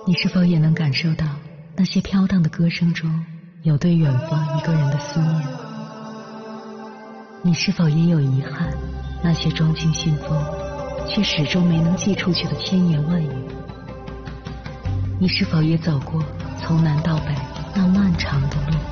你是否也能感受到那些飘荡的歌声中有对远方一个人的思念？你是否也有遗憾，那些装进信封却始终没能寄出去的千言万语？你是否也走过从南到北那漫长的路？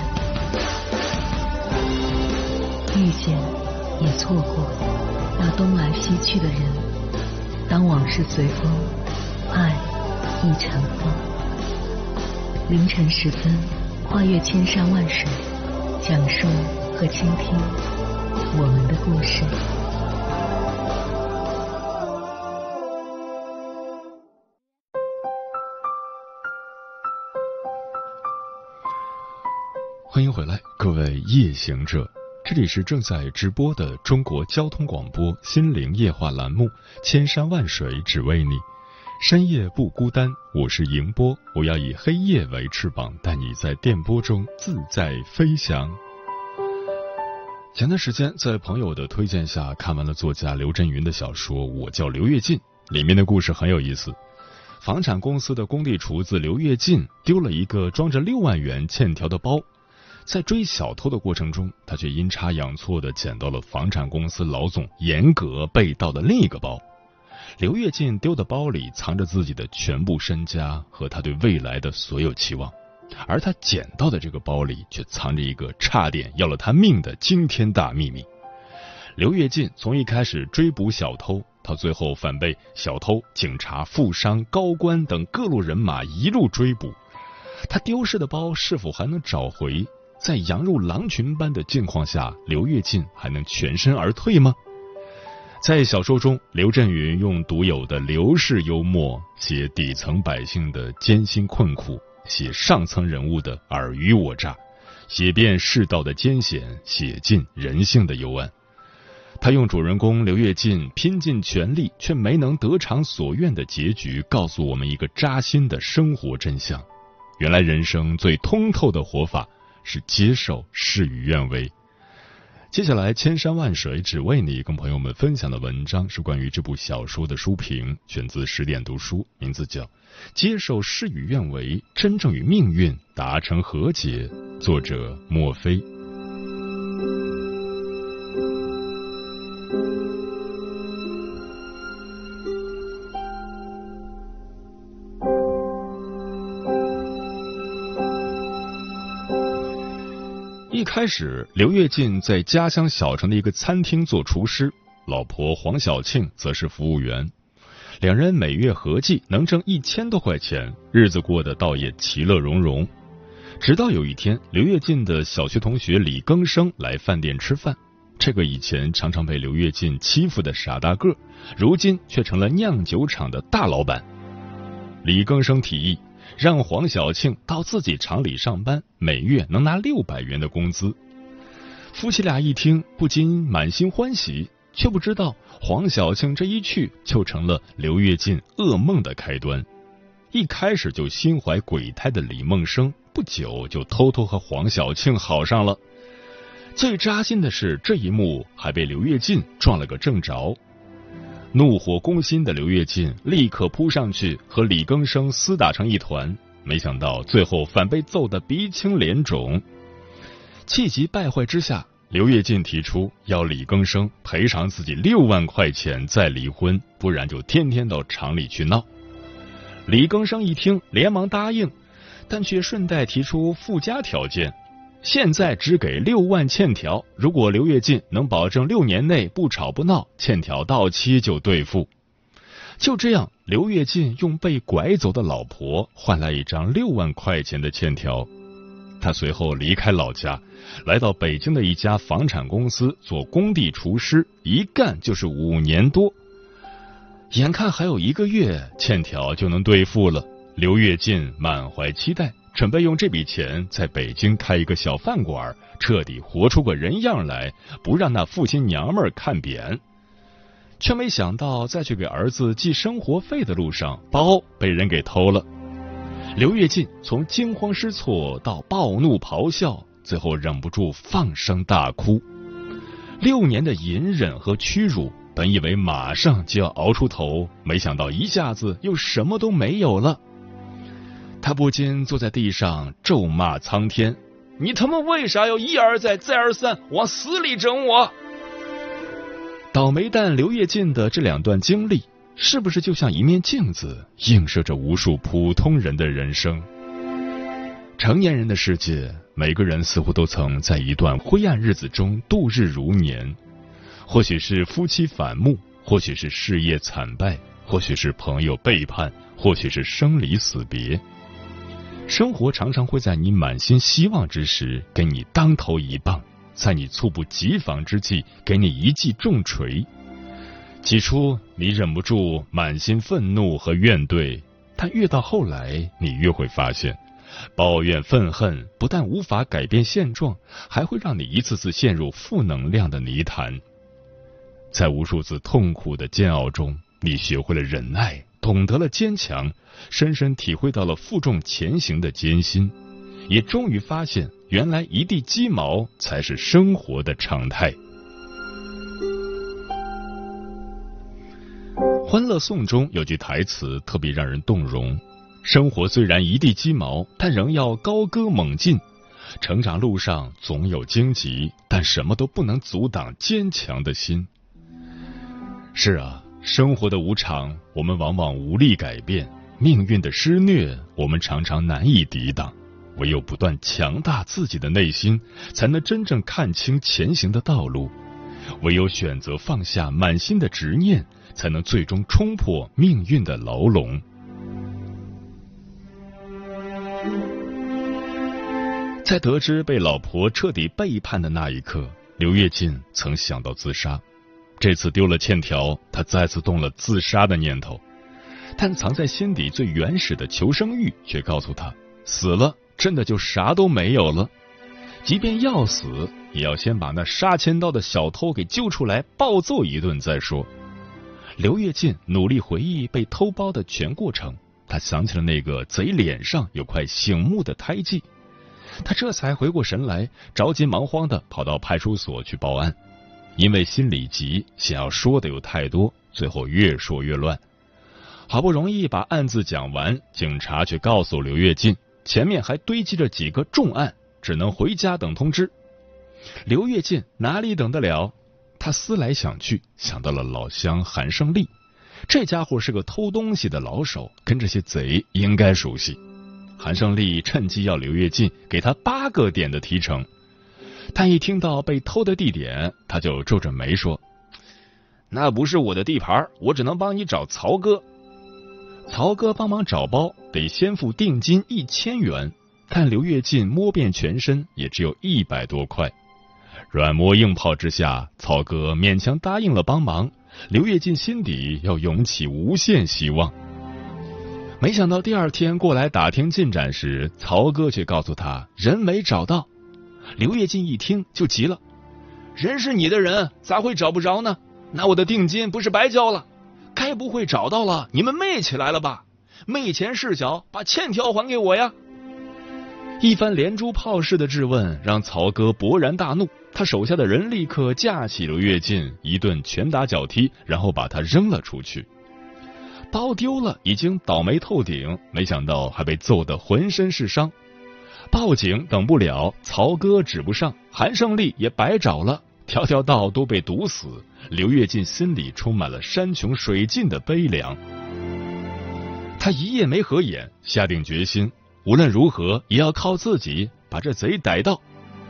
遇见也错过那东来西去的人，当往事随风，爱亦成风。凌晨时分，跨越千山万水，讲述和倾听我们的故事。 欢迎回来，各位夜行者，这里是正在直播的中国交通广播心灵夜话栏目《千山万水只为你》，深夜不孤单，我是迎波，我要以黑夜为翅膀，带你在电波中自在飞翔。前段时间在朋友的推荐下看完了作家刘震云的小说《我叫刘跃进》，里面的故事很有意思。房产公司的工地厨子刘跃进丢了一个装着6万元欠条的包，在追小偷的过程中，他却阴差阳错地捡到了房产公司老总严格被盗的另一个包。刘跃进丢的包里藏着自己的全部身家和他对未来的所有期望，而他捡到的这个包里却藏着一个差点要了他命的惊天大秘密。刘跃进从一开始追捕小偷，到最后反被小偷、警察、富商、高官等各路人马一路追捕，他丢失的包是否还能找回？在羊入狼群般的境况下，刘跃进还能全身而退吗？在小说中，刘震云用独有的刘氏幽默写底层百姓的艰辛困苦，写上层人物的尔虞我诈，写遍世道的艰险，写尽人性的幽暗。他用主人公刘跃进拼尽全力却没能得偿所愿的结局，告诉我们一个扎心的生活真相：原来人生最通透的活法是接受事与愿违。接下来千山万水只为你跟朋友们分享的文章是关于这部小说的书评，选自10点读书，名字叫《接受事与愿违，真正与命运达成和解》，作者墨菲。一开始，刘跃进在家乡小城的一个餐厅做厨师，老婆黄小庆则是服务员。两人每月合计能挣1000多块钱，日子过得倒也其乐融融。直到有一天，刘跃进的小学同学李更生来饭店吃饭，这个以前常常被刘跃进欺负的傻大个，如今却成了酿酒厂的大老板。李更生提议让黄小庆到自己厂里上班，每月能拿600元的工资。夫妻俩一听，不禁满心欢喜，却不知道黄小庆这一去就成了刘跃进噩梦的开端。一开始就心怀鬼胎的李梦生，不久就偷偷和黄小庆好上了。最扎心的是，这一幕还被刘跃进撞了个正着。怒火攻心的刘跃进立刻扑上去和李更生厮打成一团，没想到最后反被揍得鼻青脸肿。气急败坏之下，刘跃进提出要李更生赔偿自己6万块钱再离婚，不然就天天到厂里去闹。李更生一听连忙答应，但却顺带提出附加条件，现在只给6万欠条，如果刘跃进能保证6年内不吵不闹，欠条到期就兑付。就这样，刘跃进用被拐走的老婆换来一张6万块钱的欠条。他随后离开老家，来到北京的一家房产公司做工地厨师，一干就是5年多。眼看还有1个月，欠条就能兑付了，刘跃进满怀期待，准备用这笔钱在北京开一个小饭馆，彻底活出个人样来，不让那父亲娘们儿看扁。却没想到在去给儿子寄生活费的路上，包被人给偷了。刘跃进从惊慌失措到暴怒咆哮，最后忍不住放声大哭。6年的隐忍和屈辱，本以为马上就要熬出头，没想到一下子又什么都没有了。 他不禁坐在地上咒骂苍天：你他妈为啥要一而再再而三往死里整我？倒霉蛋刘跃进的这两段经历，是不是就像一面镜子，映射着无数普通人的人生？成年人的世界，每个人似乎都曾在一段灰暗日子中度日如年，或许是夫妻反目，或许是事业惨败，或许是朋友背叛，或许是生离死别。生活常常会在你满心希望之时给你当头一棒，在你猝不及防之际给你一记重锤。起初你忍不住满心愤怒和怨怼，但越到后来你越会发现，抱怨愤恨不但无法改变现状，还会让你一次次陷入负能量的泥潭。在无数次痛苦的煎熬中，你学会了忍耐，懂得了坚强，深深体会到了负重前行的艰辛，也终于发现，原来一地鸡毛才是生活的常态。欢乐颂中有句台词特别让人动容：生活虽然一地鸡毛，但仍要高歌猛进。成长路上总有荆棘，但什么都不能阻挡坚强的心。是啊，生活的无常，我们往往无力改变；命运的施虐，我们常常难以抵挡。唯有不断强大自己的内心，才能真正看清前行的道路；唯有选择放下满心的执念，才能最终冲破命运的牢笼。在得知被老婆彻底背叛的那一刻，刘跃进曾想到自杀。这次丢了欠条，他再次动了自杀的念头，但藏在心底最原始的求生欲却告诉他，死了真的就啥都没有了。即便要死，也要先把那杀千刀的小偷给揪出来暴揍一顿再说。刘跃进努力回忆被偷包的全过程，他想起了那个贼脸上有块醒目的胎记，他这才回过神来，着急忙慌地跑到派出所去报案。因为心里急，想要说的有太多，最后越说越乱。好不容易把案子讲完，警察却告诉刘跃进，前面还堆积着几个重案，只能回家等通知。刘跃进哪里等得了？他思来想去，想到了老乡韩胜利，这家伙是个偷东西的老手，跟这些贼应该熟悉。韩胜利趁机要刘跃进给他8个点的提成，但一听到被偷的地点，他就皱着眉说：那不是我的地盘，我只能帮你找曹哥。曹哥帮忙找包得先付定金1000元，但刘跃进摸遍全身也只有100多块。软磨硬泡之下，曹哥勉强答应了帮忙，刘跃进心底要涌起无限希望。没想到第二天过来打听进展时，曹哥却告诉他人没找到。刘跃进一听就急了，人是你的人，咋会找不着呢？那我的定金不是白交了？该不会找到了你们媚起来了吧？媚前事小，把欠条还给我呀！一番连珠炮式的质问让曹哥勃然大怒，他手下的人立刻架起刘跃进，一顿拳打脚踢，然后把他扔了出去。包丢了已经倒霉透顶，没想到还被揍得浑身是伤。报警等不了，曹哥指不上，韩胜利也白找了，条条道都被堵死。刘跃进心里充满了山穷水尽的悲凉。他一夜没合眼，下定决心，无论如何也要靠自己把这贼逮到。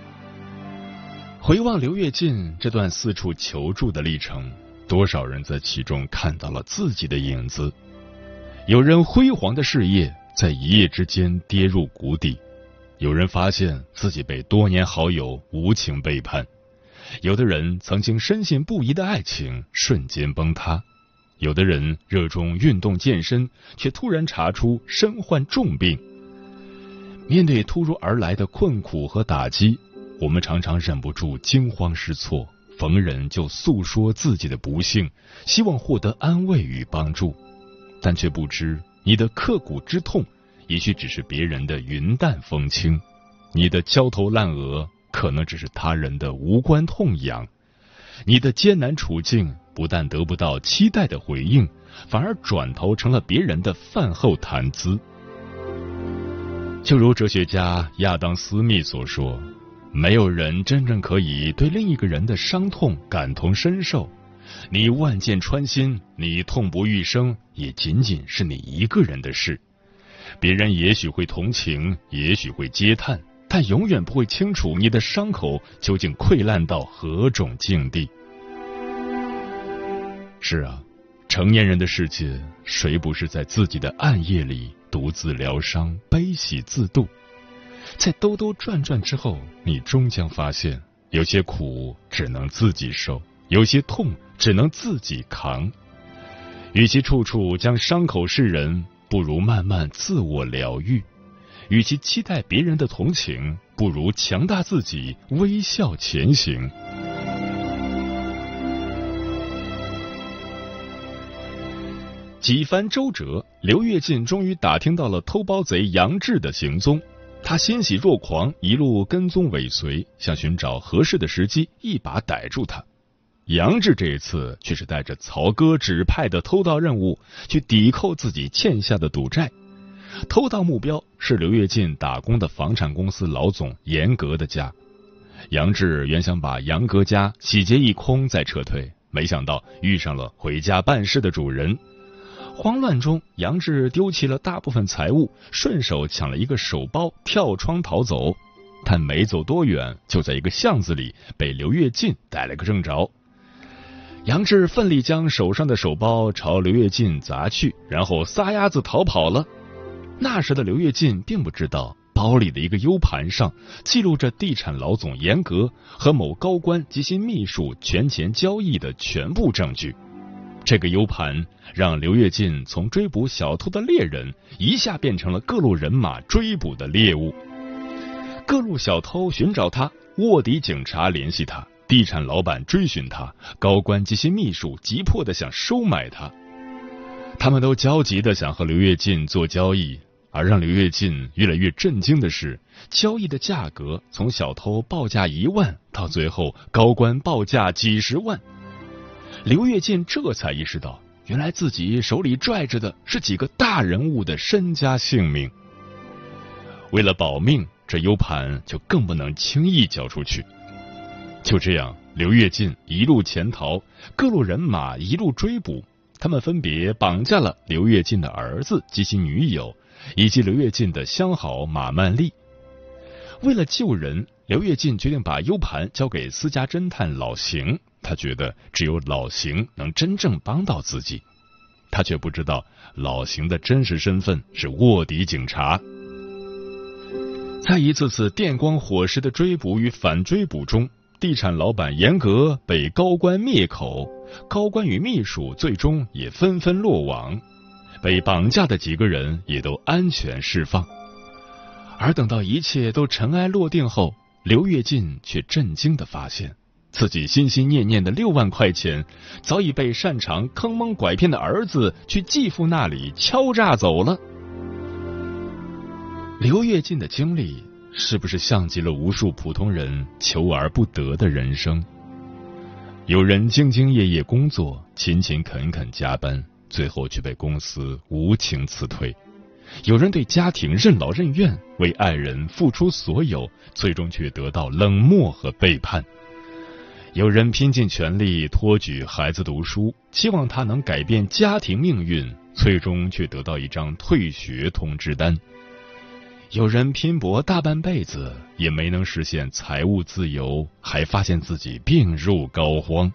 回望刘跃进这段四处求助的历程，多少人在其中看到了自己的影子。有人辉煌的事业在一夜之间跌入谷底，有人发现自己被多年好友无情背叛，有的人曾经深信不疑的爱情瞬间崩塌，有的人热衷运动健身，却突然查出身患重病。面对突如而来的困苦和打击，我们常常忍不住惊慌失措，逢人就诉说自己的不幸，希望获得安慰与帮助，但却不知你的刻骨之痛也许只是别人的云淡风轻，你的焦头烂额可能只是他人的无关痛痒，你的艰难处境不但得不到期待的回应，反而转头成了别人的饭后谈资。 就如哲学家亚当·斯密所说，没有人真正可以对另一个人的伤痛感同身受，你万箭穿心，你痛不欲生，也仅仅是你一个人的事。别人也许会同情，也许会嗟叹，但永远不会清楚你的伤口究竟溃烂到何种境地。是啊，成年人的世界，谁不是在自己的暗夜里独自疗伤，悲喜自度？在兜兜转转之后，你终将发现，有些苦只能自己受，有些痛只能自己扛。与其处处将伤口示人，不如慢慢自我疗愈；与其期待别人的同情，不如强大自己，微笑前行。几番周折，刘跃进终于打听到了偷包贼杨志的行踪。他欣喜若狂，一路跟踪尾随，想寻找合适的时机一把逮住他。杨志这一次却是带着曹哥指派的偷盗任务去抵扣自己欠下的赌债。偷盗目标是刘跃进打工的房产公司老总严格的家。杨志原想把杨格家洗劫一空再撤退，没想到遇上了回家办事的主人。慌乱中，杨志丢弃了大部分财物，顺手抢了一个手包，跳窗逃走。但没走多远，就在一个巷子里被刘跃进逮了个正着。杨志奋力将手上的手包朝刘跃进砸去，然后撒丫子逃跑了。那时的刘跃进并不知道，包里的一个 U 盘上记录着地产老总严格和某高官及其秘书权钱交易的全部证据。这个 U 盘让刘跃进从追捕小偷的猎人一下变成了各路人马追捕的猎物。各路小偷寻找他，卧底警察联系他，地产老板追寻他，高官及其秘书急迫地想收买他。他们都焦急地想和刘跃进做交易，而让刘跃进越来越震惊的是，交易的价格从小偷报价1万到最后高官报价几十万。刘跃进这才意识到，原来自己手里拽着的是几个大人物的身家性命。为了保命，这 U 盘就更不能轻易交出去。就这样，刘跃进一路潜逃，各路人马一路追捕，他们分别绑架了刘跃进的儿子及其女友，以及刘跃进的相好马曼丽。为了救人，刘跃进决定把 U 盘交给私家侦探老邢，他觉得只有老邢能真正帮到自己。他却不知道老邢的真实身份是卧底警察。在一次次电光火石的追捕与反追捕中，地产老板严格被高官灭口，高官与秘书最终也纷纷落网，被绑架的几个人也都安全释放。而等到一切都尘埃落定后，刘跃进却震惊地发现，自己心心念念的6万块钱早已被擅长坑蒙拐骗的儿子去继父那里敲诈走了。刘跃进的经历是不是像极了无数普通人求而不得的人生？有人兢兢业业工作，勤勤恳恳加班，最后却被公司无情辞退；有人对家庭任劳任怨，为爱人付出所有，最终却得到冷漠和背叛；有人拼尽全力托举孩子读书，期望他能改变家庭命运，最终却得到一张退学通知单；有人拼搏大半辈子也没能实现财务自由，还发现自己病入膏肓。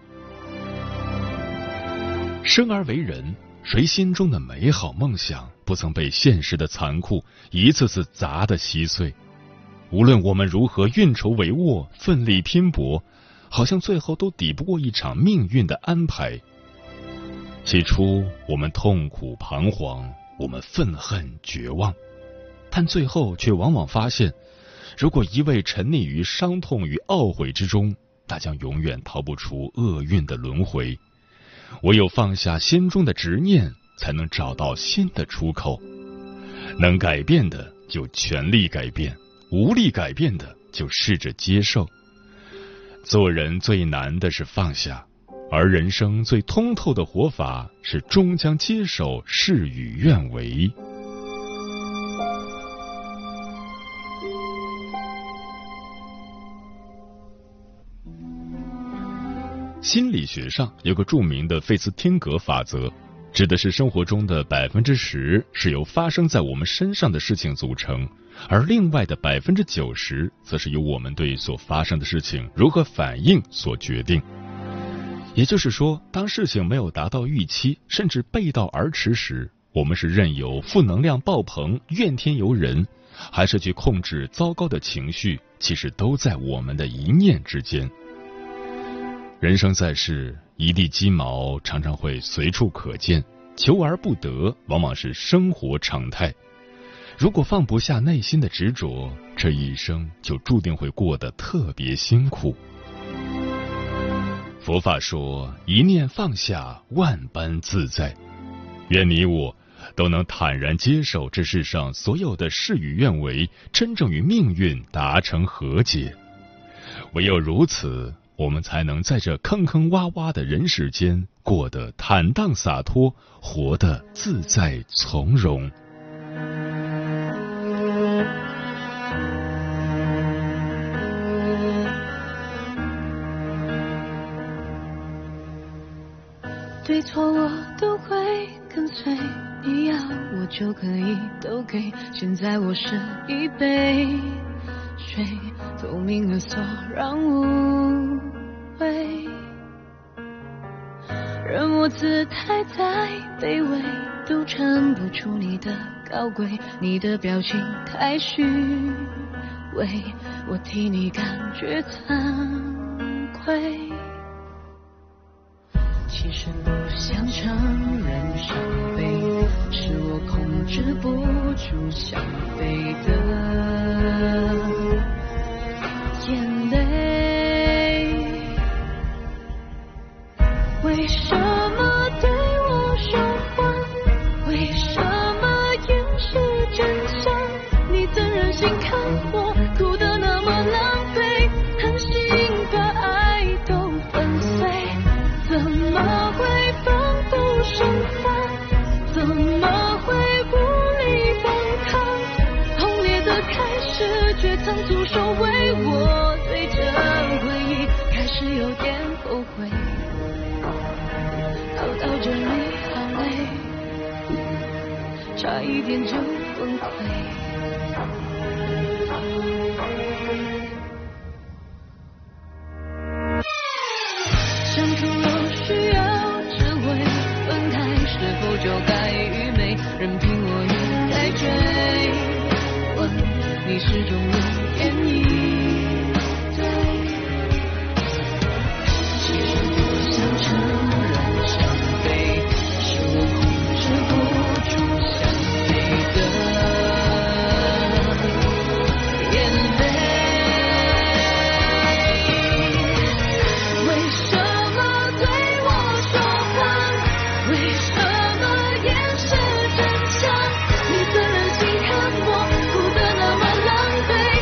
生而为人，谁心中的美好梦想不曾被现实的残酷一次次砸得稀碎？无论我们如何运筹帷幄，奋力拼搏，好像最后都抵不过一场命运的安排。起初我们痛苦彷徨，我们愤恨绝望，但最后却往往发现，如果一味沉溺于伤痛与懊悔之中，那将永远逃不出厄运的轮回。唯有放下心中的执念，才能找到新的出口。能改变的就全力改变，无力改变的就试着接受。做人最难的是放下，而人生最通透的活法是终将接受事与愿违。 心理学上有个著名的费斯汀格法则，指的是生活中的10%是由发生在我们身上的事情组成，而另外的90%则是由我们对所发生的事情如何反应所决定。也就是说，当事情没有达到预期，甚至背道而驰时，我们是任由负能量爆棚、怨天尤人，还是去控制糟糕的情绪，其实都在我们的一念之间。人生在世，一地鸡毛常常会随处可见，求而不得往往是生活常态。如果放不下内心的执着，这一生就注定会过得特别辛苦。佛法说，一念放下，万般自在。愿你我都能坦然接受这世上所有的事与愿违，真正与命运达成和解。唯有如此，我们才能在这坑坑洼洼的人世间过得坦荡洒脱，活得自在从容。 对错我都会跟随，你要我就可以都给。现在我是一杯水，透明的所让无畏，任我姿态再卑微，都衬不出你的高贵。你的表情太虚伪，我替你感觉惭愧。其实不想承认伤悲，是我控制不住想飞的眼泪。为什么对我说谎？为什么掩饰真相？你怎忍心看我哭得那么狼狈，狠心把爱都粉碎？怎么会奋不胜发？怎么会无力反抗？轰烈的开始，却仓促收尾。我对这回忆开始有点后悔，熬到这里好累，差一点就崩溃。相处若需要智慧，分开是否就该愚昧？任凭我欲再追问，你始终无言以对。其实我想承认伤悲，是我控制不住想飞的眼泪。为什么对我说谎？为什么掩饰真相？你怎忍心看我哭得那么狼狈？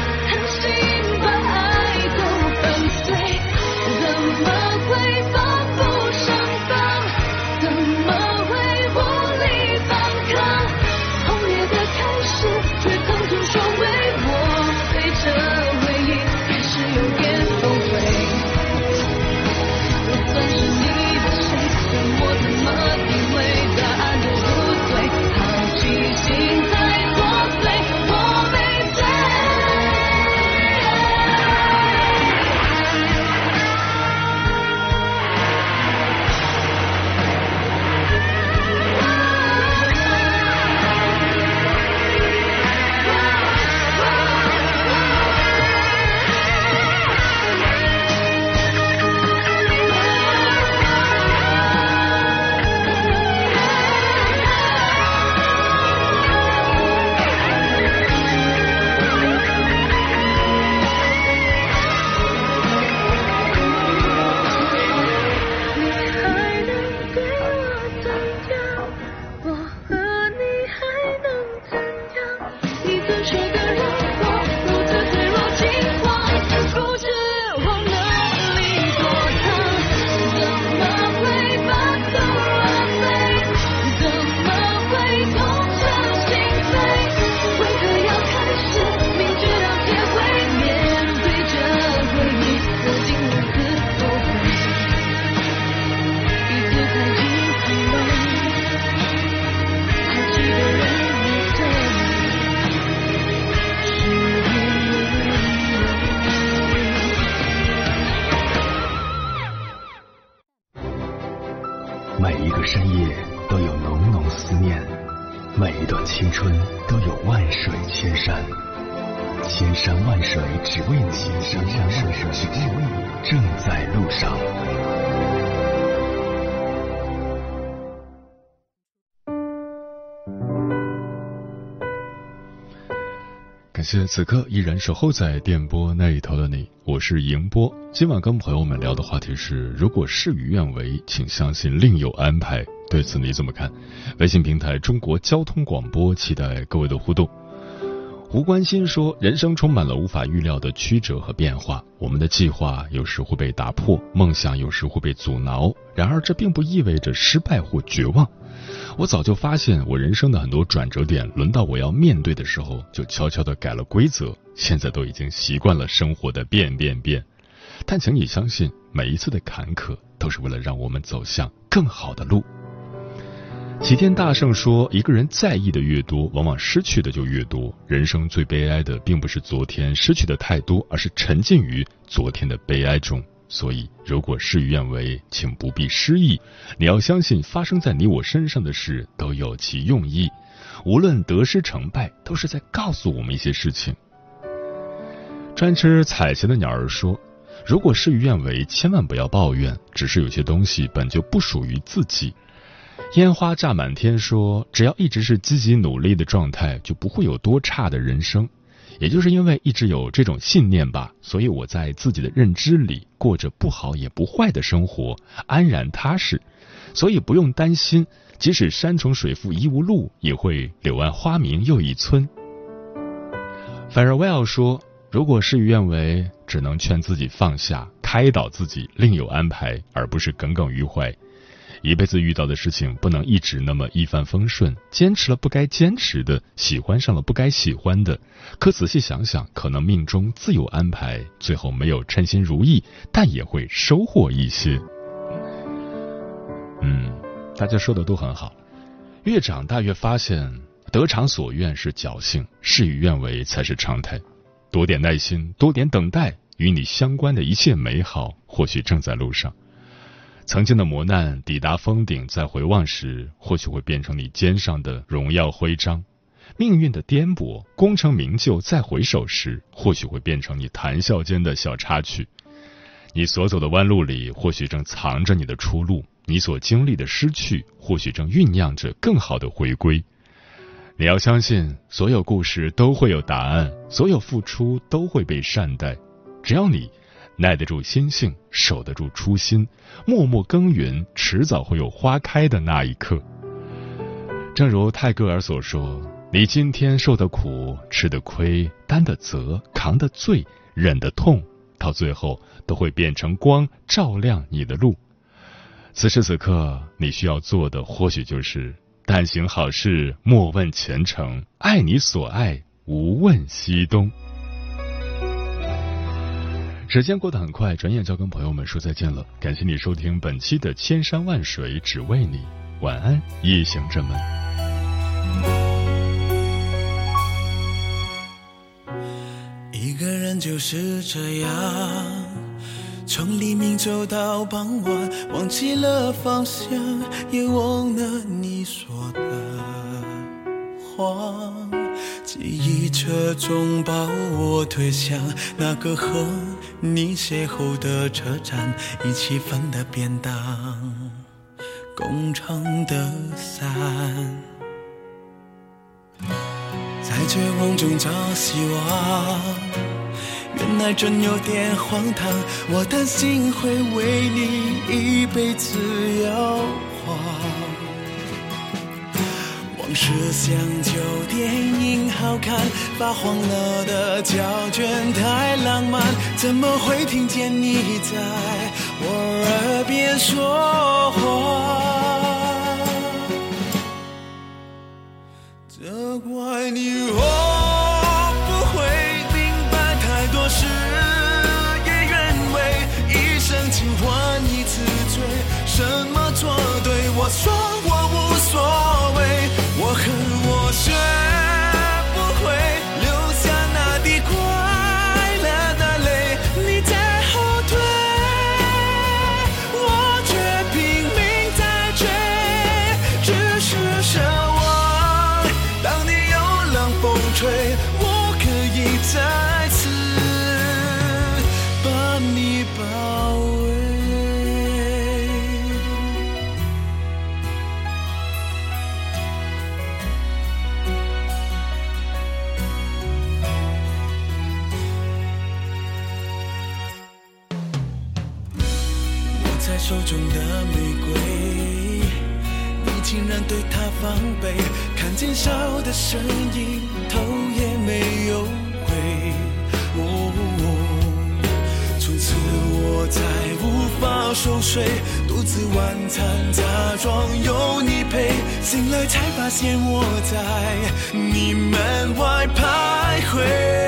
每一段青春都有万水千山，千山万水只为你，千山万水只为你，正在路上。 感谢此刻依然守候在电波那一头的你，我是迎波。今晚跟朋友们聊的话题是：如果事与愿违，请相信另有安排。对此你怎么看？微信平台中国交通广播，期待各位的互动。胡关心说，人生充满了无法预料的曲折和变化，我们的计划有时会被打破，梦想有时会被阻挠，然而这并不意味着失败或绝望。我早就发现，我人生的很多转折点，轮到我要面对的时候，就悄悄地改了规则，现在都已经习惯了生活的变。但请你相信，每一次的坎坷都是为了让我们走向更好的路。齐天大圣说，一个人在意的越多，往往失去的就越多。人生最悲哀的并不是昨天失去的太多，而是沉浸于昨天的悲哀中。所以如果事与愿违，请不必失意，你要相信发生在你我身上的事都有其用意，无论得失成败，都是在告诉我们一些事情。专吃彩霞的鸟儿说，如果事与愿违，千万不要抱怨，只是有些东西本就不属于自己。烟花炸满天说，只要一直是积极努力的状态，就不会有多差的人生。也就是因为一直有这种信念吧，所以我在自己的认知里过着不好也不坏的生活，安然踏实。所以不用担心，即使山重水复疑无路，也会柳暗花明又一村。Farewell 说，如果事与愿违，只能劝自己放下，开导自己另有安排，而不是耿耿于怀。一辈子遇到的事情不能一直那么一帆风顺，坚持了不该坚持的，喜欢上了不该喜欢的，可仔细想想，可能命中自有安排，最后没有称心如意，但也会收获一些。大家说的都很好。越长大越发现，得偿所愿是侥幸，事与愿违才是常态。多点耐心，多点等待，与你相关的一切美好，或许正在路上。曾经的磨难抵达峰顶，再回望时，或许会变成你肩上的荣耀徽章；命运的颠簸，功成名就再回首时，或许会变成你谈笑间的小插曲。你所走的弯路里，或许正藏着你的出路；你所经历的失去，或许正酝酿着更好的回归。你要相信，所有故事都会有答案，所有付出都会被善待。只要你耐得住心性，守得住初心，默默耕耘，迟早会有花开的那一刻。正如泰戈尔所说，你今天受的苦，吃的亏，担的责，扛的罪，忍的痛，到最后都会变成光，照亮你的路。此时此刻，你需要做的或许就是但行好事，莫问前程，爱你所爱，无问西东。时间过得很快，转眼就要跟朋友们说再见了。感谢你收听本期的千山万水只为你，晚安，夜行者们。 一个人就是这样，从黎明走到傍晚，忘记了方向，也忘了你说的话。记忆车中把我推向那个和你邂逅的车站，一起分的便当，共撑的伞，在绝望中找希望，原来真有点荒唐，我担心会为你一辈子摇晃。往事像旧电影好看，发黄了的胶卷太浪漫，怎么会听见你在我耳边说话？责怪你不会明白，太多事也原味，一生情换一次罪，什么错对，我说我无所谓，我恨我学不会留下那滴快乐的泪，你在后退，我却拼命在追，只是奢望手中的玫瑰，你竟然对他防备，看见笑的身影，头也没有回。从此我再无法熟睡，独自晚餐，假装有你陪，醒来才发现我在你门外徘徊。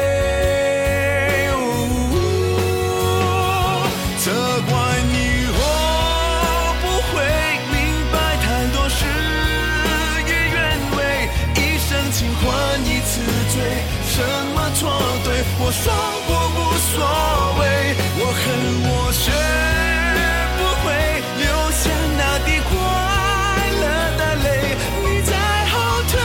责怪你我不会明白，太多事与愿违，一生情换一次罪，什么错对我说过无所谓，我恨我学不会留下那滴快乐的泪，你在后退，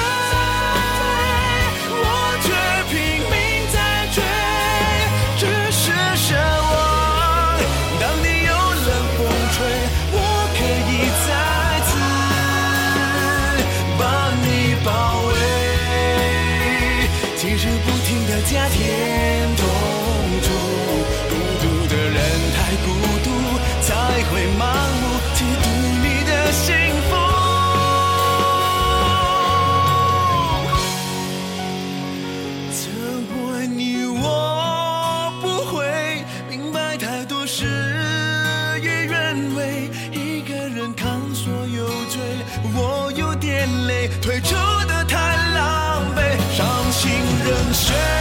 我却拼命在追，只是奢望当你有冷风吹，我可以再次把你包围，今日不停的加添痛楚，孤独的人太孤独，才会盲目嫉妒你的幸福。责怪你我不会明白，太多事与愿违，一个人扛所有罪，我有点累，退出的太狼狈，伤心人生